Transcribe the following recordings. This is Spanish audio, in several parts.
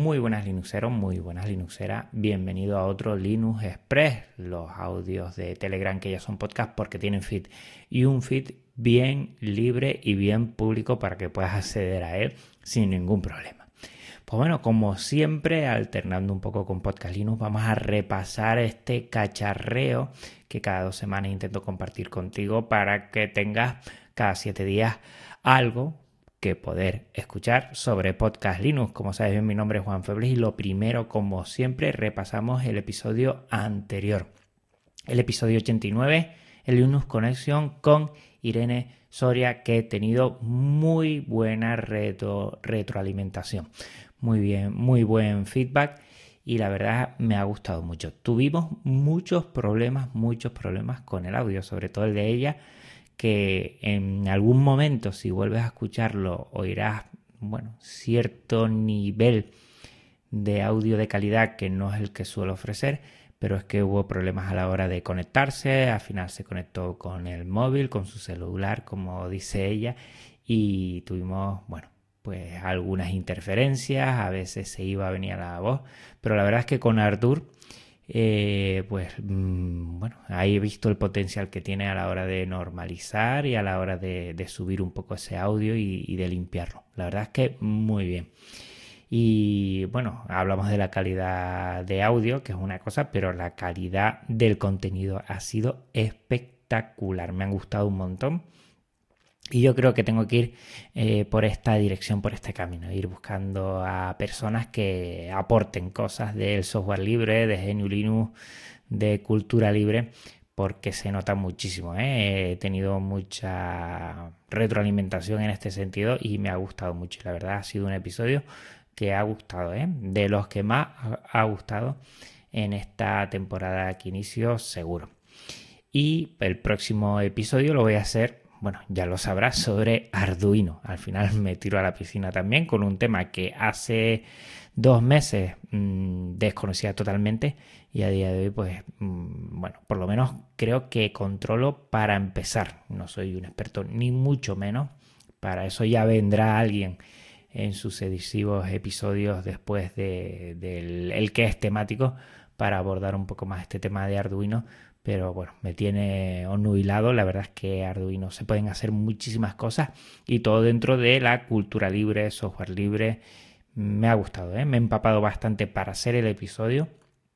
Muy buenas Linuxeros, muy buenas Linuxeras. Bienvenido a otro Linux Express, los audios de Telegram que ya son podcast porque tienen feed y un feed bien libre y bien público para que puedas acceder a él sin ningún problema. Pues bueno, como siempre, alternando un poco con Podcast Linux, vamos a repasar este cacharreo que cada 2 semanas intento compartir contigo para que tengas cada 7 días algo que poder escuchar sobre Podcast Linux. Como sabes bien, mi nombre es Juan Febles y lo primero, como siempre, repasamos el episodio anterior. El episodio 89, el Linux Connection con Irene Soria, que he tenido muy buena retroalimentación. Muy bien, muy buen feedback y la verdad me ha gustado mucho. Tuvimos muchos problemas con el audio, sobre todo el de ella, que en algún momento, si vuelves a escucharlo, oirás, cierto nivel de audio de calidad que no es el que suelo ofrecer, pero es que hubo problemas a la hora de conectarse. Al final se conectó con el móvil, con su celular, como dice ella, y tuvimos, pues algunas interferencias, a veces se iba, venía la voz, pero la verdad es que con Artur ahí he visto el potencial que tiene a la hora de normalizar y a la hora de subir un poco ese audio y de limpiarlo. La verdad es que muy bien. Y bueno, hablamos de la calidad de audio, que es una cosa, pero la calidad del contenido ha sido espectacular. Me han gustado un montón. Y yo creo que tengo que ir por esta dirección, por este camino, ir buscando a personas que aporten cosas del software libre, de GNU Linux, de cultura libre, porque se nota muchísimo. He tenido mucha retroalimentación en este sentido y me ha gustado mucho. La verdad ha sido un episodio que ha gustado, de los que más ha gustado en esta temporada que inicio, seguro. Y el próximo episodio lo voy a hacer, ya lo sabrás, sobre Arduino. Al final me tiro a la piscina también con un tema que hace 2 meses desconocía totalmente y a día de hoy, por lo menos creo que controlo para empezar. No soy un experto ni mucho menos. Para eso ya vendrá alguien en sucesivos episodios después del el que es temático para abordar un poco más este tema de Arduino. Pero bueno, me tiene onnubilado. La verdad es que Arduino se pueden hacer muchísimas cosas y todo dentro de la cultura libre, software libre. Me ha gustado, me he empapado bastante para hacer el episodio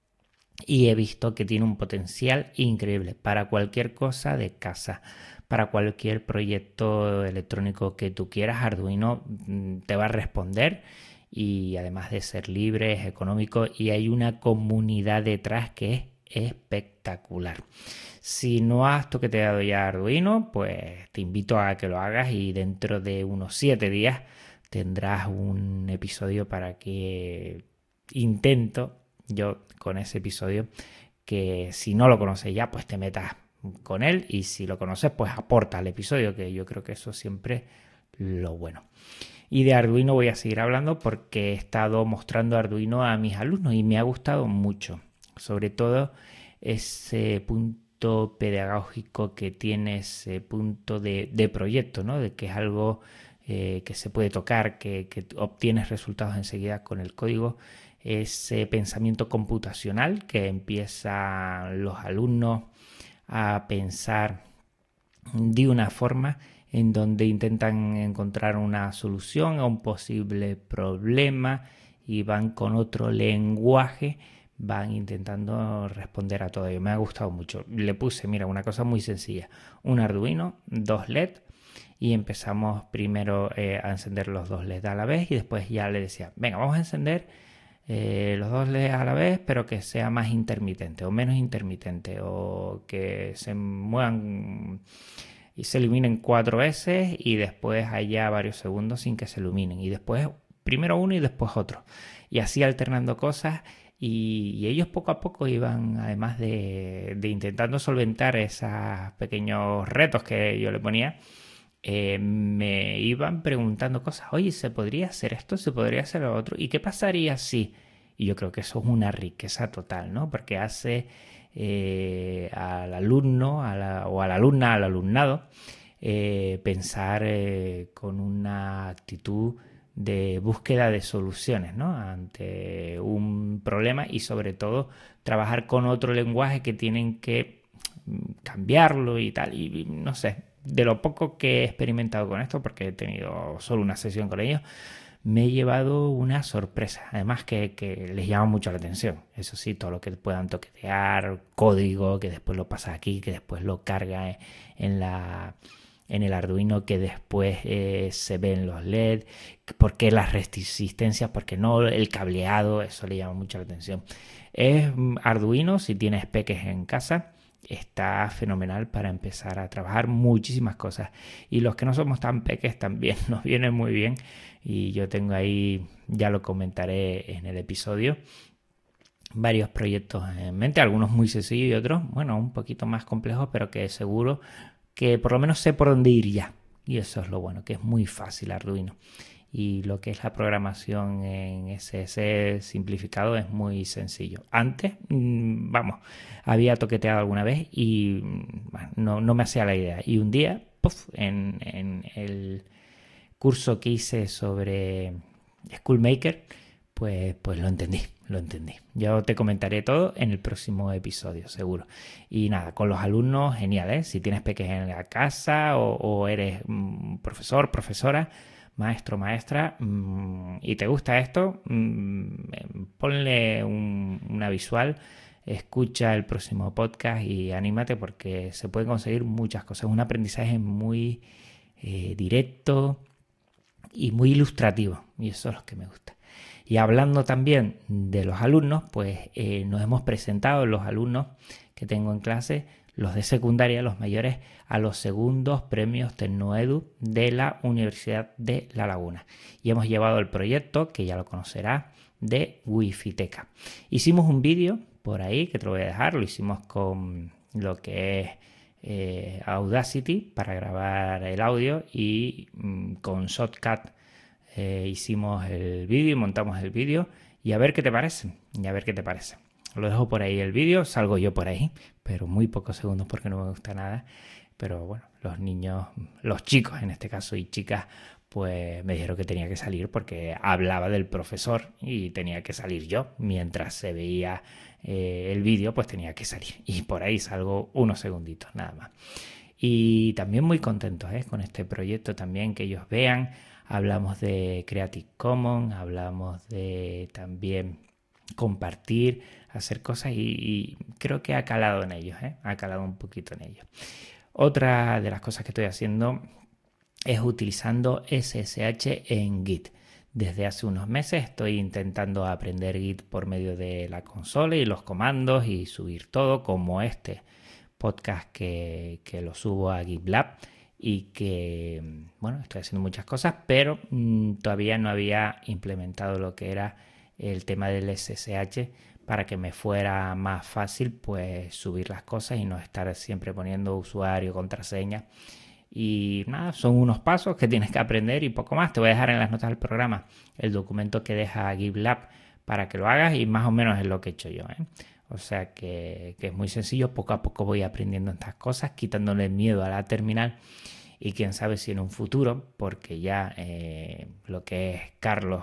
y he visto que tiene un potencial increíble para cualquier cosa de casa, para cualquier proyecto electrónico que tú quieras. Arduino te va a responder y además de ser libre, es económico y hay una comunidad detrás que es espectacular. Si no has toqueteado ya Arduino, pues te invito a que lo hagas y dentro de unos 7 días tendrás un episodio para que intento yo con ese episodio que si no lo conoces ya, pues te metas con él y si lo conoces, pues aporta al episodio, que yo creo que eso siempre lo bueno. Y de Arduino voy a seguir hablando porque he estado mostrando Arduino a mis alumnos y me ha gustado mucho. Sobre todo ese punto pedagógico que tiene, ese punto de proyecto, ¿no? De que es algo que se puede tocar, que obtienes resultados enseguida con el código. Ese pensamiento computacional que empiezan los alumnos a pensar de una forma en donde intentan encontrar una solución a un posible problema y van con otro lenguaje, van intentando responder a todo ello. Me ha gustado mucho. Le puse, una cosa muy sencilla, un Arduino, 2 LED y empezamos primero a encender los 2 LED a la vez y después ya le decía, venga, vamos a encender los 2 LED a la vez, pero que sea más intermitente o menos intermitente o que se muevan y se iluminen 4 veces y después haya varios segundos sin que se iluminen y después primero uno y después otro y así alternando cosas y ellos poco a poco iban, además de intentando solventar esos pequeños retos que yo le ponía, me iban preguntando cosas. Oye, ¿se podría hacer esto? ¿Se podría hacer lo otro? ¿Y qué pasaría si? Y yo creo que eso es una riqueza total, ¿no? Porque hace al alumno o a la alumna, al alumnado, pensar con una actitud de búsqueda de soluciones, ¿no? Ante un problema, y sobre todo trabajar con otro lenguaje que tienen que cambiarlo y tal. Y no sé, de lo poco que he experimentado con esto, porque he tenido solo una sesión con ellos, me he llevado una sorpresa. Además que les llama mucho la atención. Eso sí, todo lo que puedan toquetear, código, que después lo pasa aquí, que después lo carga en el Arduino, que después se ven los LED, porque las resistencias, porque no el cableado, eso le llama mucho la atención. Es Arduino, si tienes peques en casa, está fenomenal para empezar a trabajar muchísimas cosas. Y los que no somos tan peques también nos viene muy bien. Y yo tengo ahí, ya lo comentaré en el episodio, varios proyectos en mente, algunos muy sencillos y otros, bueno, un poquito más complejos, pero que seguro que por lo menos sé por dónde ir ya. Y eso es lo bueno, que es muy fácil Arduino. Y lo que es la programación en SS simplificado es muy sencillo. Antes, vamos, había toqueteado alguna vez y bueno, no me hacía la idea. Y un día, puff, en el curso que hice sobre SchoolMaker, pues lo entendí. Yo te comentaré todo en el próximo episodio, seguro. Y nada, con los alumnos, genial, ¿eh? Si tienes peques en la casa o eres profesor, profesora, maestro, maestra, y te gusta esto, ponle una visual, escucha el próximo podcast y anímate, porque se pueden conseguir muchas cosas. Es un aprendizaje muy directo y muy ilustrativo, y eso es lo que me gusta. Y hablando también de los alumnos, pues nos hemos presentado los alumnos que tengo en clase, los de secundaria, los mayores, a los segundos premios Tecnoedu de la Universidad de La Laguna. Y hemos llevado el proyecto, que ya lo conocerás, de Wi-Fi-Teca. Hicimos un vídeo por ahí, que te lo voy a dejar, lo hicimos con lo que es Audacity para grabar el audio, y con Shotcut hicimos el vídeo y montamos el vídeo, y a ver qué te parece, Lo dejo por ahí el vídeo, salgo yo por ahí, pero muy pocos segundos porque no me gusta nada. Pero bueno, los niños, los chicos en este caso y chicas, pues me dijeron que tenía que salir porque hablaba del profesor y tenía que salir yo. Mientras se veía el vídeo, pues tenía que salir. Y por ahí salgo unos segunditos, nada más. Y también muy contentos con este proyecto también, que ellos vean. Hablamos de Creative Commons, hablamos de también compartir, hacer cosas, y creo que ha calado en ellos, ha calado un poquito en ellos. Otra de las cosas que estoy haciendo es utilizando SSH en Git. Desde hace unos meses estoy intentando aprender Git por medio de la consola y los comandos, y subir todo, como este podcast que lo subo a GitLab, y que, bueno, estoy haciendo muchas cosas, pero todavía no había implementado lo que era el tema del SSH, para que me fuera más fácil pues subir las cosas y no estar siempre poniendo usuario, contraseña. Y nada, son unos pasos que tienes que aprender y poco más. Te voy a dejar en las notas del programa el documento que deja GitLab para que lo hagas, y más o menos es lo que he hecho yo, O sea que es muy sencillo. Poco a poco voy aprendiendo estas cosas, quitándole miedo a la terminal, y quién sabe si en un futuro, porque ya lo que es Carlos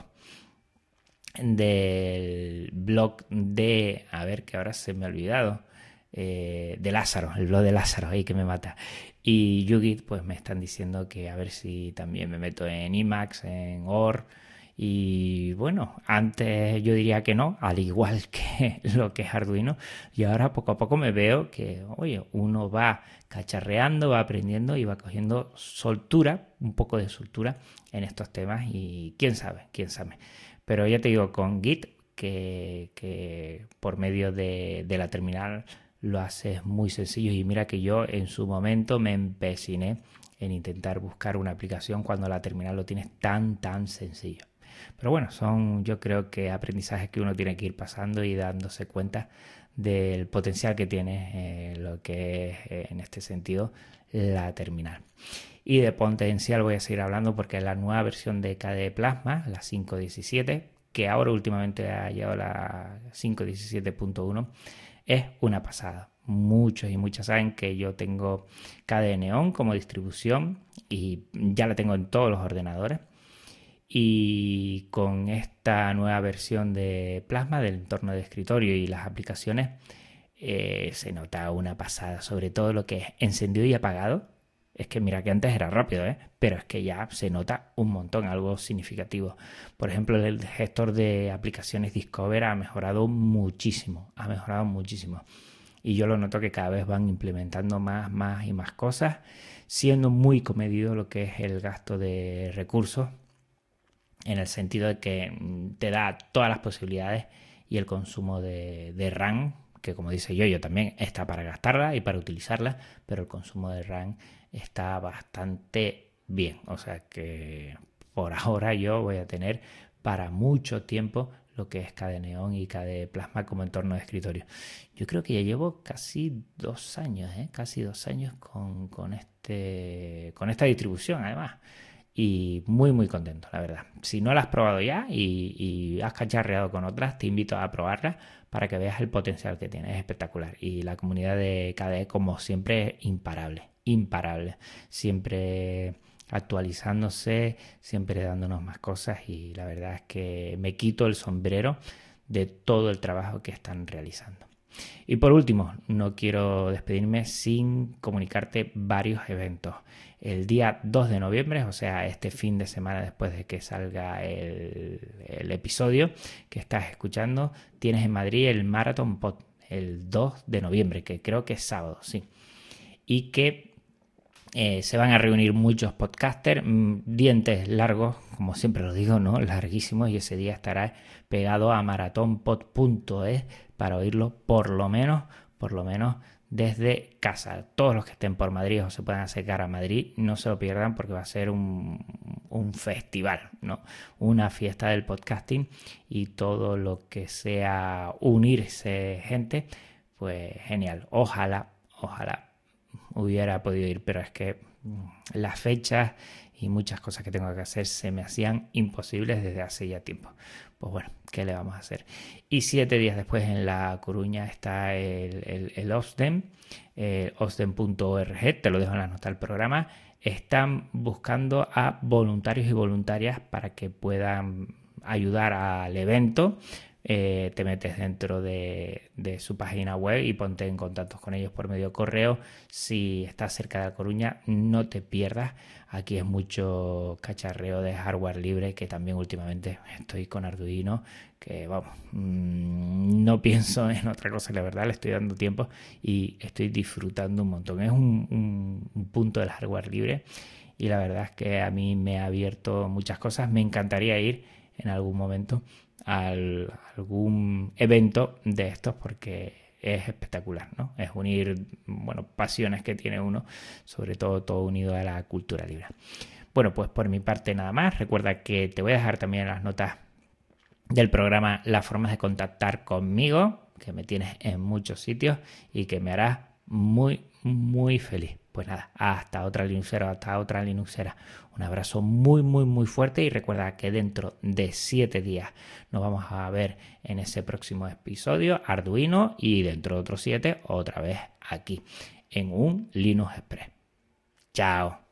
del blog de, a ver, que ahora se me ha olvidado, de Lázaro, el blog de Lázaro, ahí que me mata, y Yugit, pues me están diciendo que a ver si también me meto en Emacs, en OR. Y bueno, antes yo diría que no, al igual que lo que es Arduino, y ahora poco a poco me veo que, oye, uno va cacharreando, va aprendiendo y va cogiendo soltura, un poco de soltura en estos temas, y quién sabe. Pero ya te digo, con Git, que por medio de la terminal lo haces muy sencillo. Y mira que yo en su momento me empeciné en intentar buscar una aplicación cuando la terminal lo tienes tan sencillo. Pero bueno, son, yo creo que aprendizajes que uno tiene que ir pasando y dándose cuenta del potencial que tiene lo que es, en este sentido, la terminal. Y de potencial voy a seguir hablando porque la nueva versión de KDE Plasma, la 5.17, que ahora últimamente ha llegado la 5.17.1, es una pasada. Muchos y muchas saben que yo tengo KDE Neon como distribución y ya la tengo en todos los ordenadores. Y con esta nueva versión de Plasma, del entorno de escritorio y las aplicaciones, se nota una pasada, sobre todo lo que es encendido y apagado. Es que mira que antes era rápido, pero es que ya se nota un montón, algo significativo. Por ejemplo, el gestor de aplicaciones Discover ha mejorado muchísimo, Y yo lo noto que cada vez van implementando más y más cosas, siendo muy comedido lo que es el gasto de recursos, en el sentido de que te da todas las posibilidades, y el consumo de RAM, que como dice yo también está para gastarla y para utilizarla, pero el consumo de RAM está bastante bien. O sea que por ahora yo voy a tener para mucho tiempo lo que es KDE Neon y KDE Plasma como entorno de escritorio. Yo creo que ya llevo casi 2 años, casi 2 años con esta distribución, además. Y muy contento, la verdad. Si no la has probado ya y has cacharreado con otras, te invito a probarla para que veas el potencial que tiene. Es espectacular. Y la comunidad de KDE, como siempre, es imparable. Siempre actualizándose, siempre dándonos más cosas, y la verdad es que me quito el sombrero de todo el trabajo que están realizando. Y por último, no quiero despedirme sin comunicarte varios eventos. El día 2 de noviembre, o sea, este fin de semana después de que salga el episodio que estás escuchando, tienes en Madrid el Marathon Pod, el 2 de noviembre, que creo que es sábado, sí. Y que se van a reunir muchos podcasters, dientes largos, como siempre lo digo, ¿no? Larguísimos, y ese día estará pegado a marathonpod.es para oírlo por lo menos desde casa. Todos los que estén por Madrid o se puedan acercar a Madrid, no se lo pierdan, porque va a ser un festival, ¿no? Una fiesta del podcasting, y todo lo que sea unirse gente, pues genial. Ojalá hubiera podido ir, pero es que las fechas y muchas cosas que tengo que hacer se me hacían imposibles desde hace ya tiempo. Pues bueno, ¿qué le vamos a hacer? Y 7 días después en La Coruña está el OSDEM, osdem.org, te lo dejo en la nota del programa. Están buscando a voluntarios y voluntarias para que puedan ayudar al evento. Te metes dentro de su página web y ponte en contacto con ellos por medio correo. Si estás cerca de La Coruña, no te pierdas. Aquí es mucho cacharreo de hardware libre, que también últimamente estoy con Arduino, que vamos, no pienso en otra cosa, la verdad, le estoy dando tiempo y estoy disfrutando un montón. Es un punto del hardware libre, y la verdad es que a mí me ha abierto muchas cosas. Me encantaría ir en algún momento a algún evento de estos, porque es espectacular, ¿no? Es unir, pasiones que tiene uno, sobre todo unido a la cultura libre. Bueno, pues por mi parte nada más. Recuerda que te voy a dejar también en las notas del programa las formas de contactar conmigo, que me tienes en muchos sitios y que me harás muy feliz. Pues nada, hasta otra Linuxera. Un abrazo muy fuerte, y recuerda que dentro de 7 días nos vamos a ver en ese próximo episodio Arduino, y dentro de otros 7 otra vez aquí en un Linux Express. Chao.